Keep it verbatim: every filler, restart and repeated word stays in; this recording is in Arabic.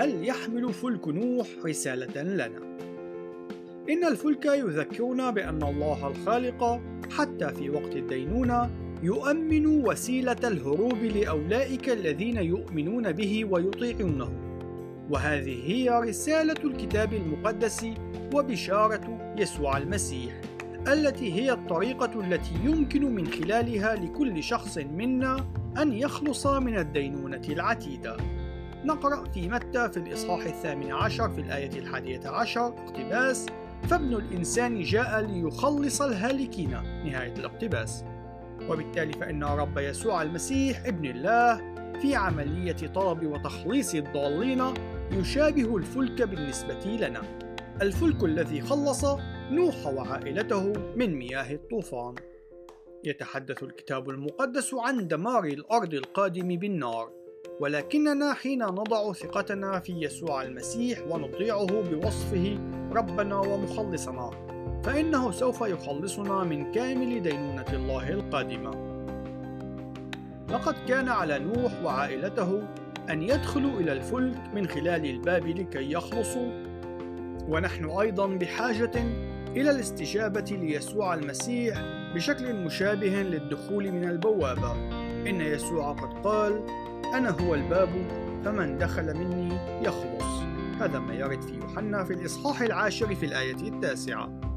هل يحمل فلك نوح رسالة لنا؟ إن الفلك يذكرنا بأن الله الخالق حتى في وقت الدينونة يؤمن وسيلة الهروب لأولئك الذين يؤمنون به ويطيعونه، وهذه هي رسالة الكتاب المقدس وبشارة يسوع المسيح، التي هي الطريقة التي يمكن من خلالها لكل شخص منا أن يخلص من الدينونة العتيدة. نقرأ في متى في الإصحاح الثامن عشر في الآية الحادية عشر اقتباس: فابن الإنسان جاء ليخلص الهالكين، نهاية الاقتباس. وبالتالي فإن رب يسوع المسيح ابن الله في عملية طلب وتخليص الضالين يشابه الفلك بالنسبة لنا، الفلك الذي خلص نوح وعائلته من مياه الطوفان. يتحدث الكتاب المقدس عن دمار الأرض القادم بالنار، ولكننا حين نضع ثقتنا في يسوع المسيح ونطيعه بوصفه ربنا ومخلصنا، فإنه سوف يخلصنا من كامل دينونة الله القادمة. لقد كان على نوح وعائلته أن يدخلوا إلى الفلك من خلال الباب لكي يخلصوا، ونحن أيضا بحاجة إلى الاستجابة ليسوع المسيح بشكل مشابه للدخول من البوابة. إن يسوع قد قال: أنا هو الباب، فمن دخل مني يخلص. هذا ما يرد في يوحنا في الإصحاح العاشر في الآية التاسعة.